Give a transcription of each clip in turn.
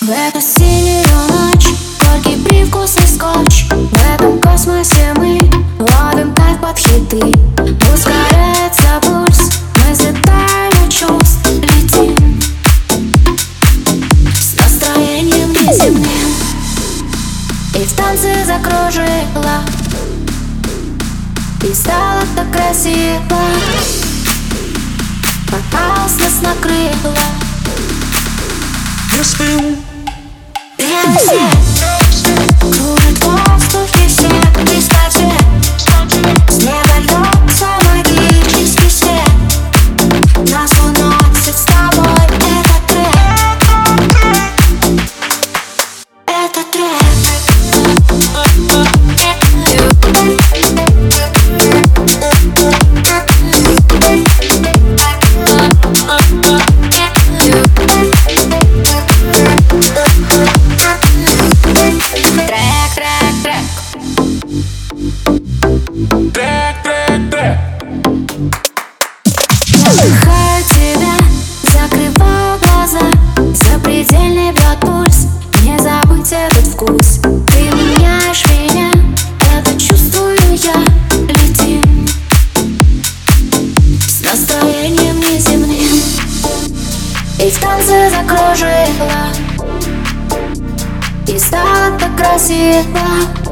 В эту синюю ночь горький привкусный скотч. В этом космосе мы ловим кайф под хиты. Ускоряется пульс, мы взлетаем чувств, летим с настроением неземным. И в танце закружила, и стало так красиво. Хаос нас накрыла. Я сплю. Кружит в воздухе свет, кстати. С неба льется магический свет. Нас уносит с тобой этот трек. Этот трек. Вдыхаю тебя, закрываю глаза. Запредельный бьет пульс, не забыть этот вкус. Ты меняешь меня, это чувствую я. Летим с настроением неземным. И в танце закружила, и стало так красиво.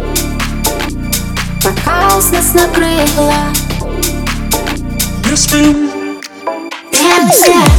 Под хаос нас накрыла. Я сплю. Yeah.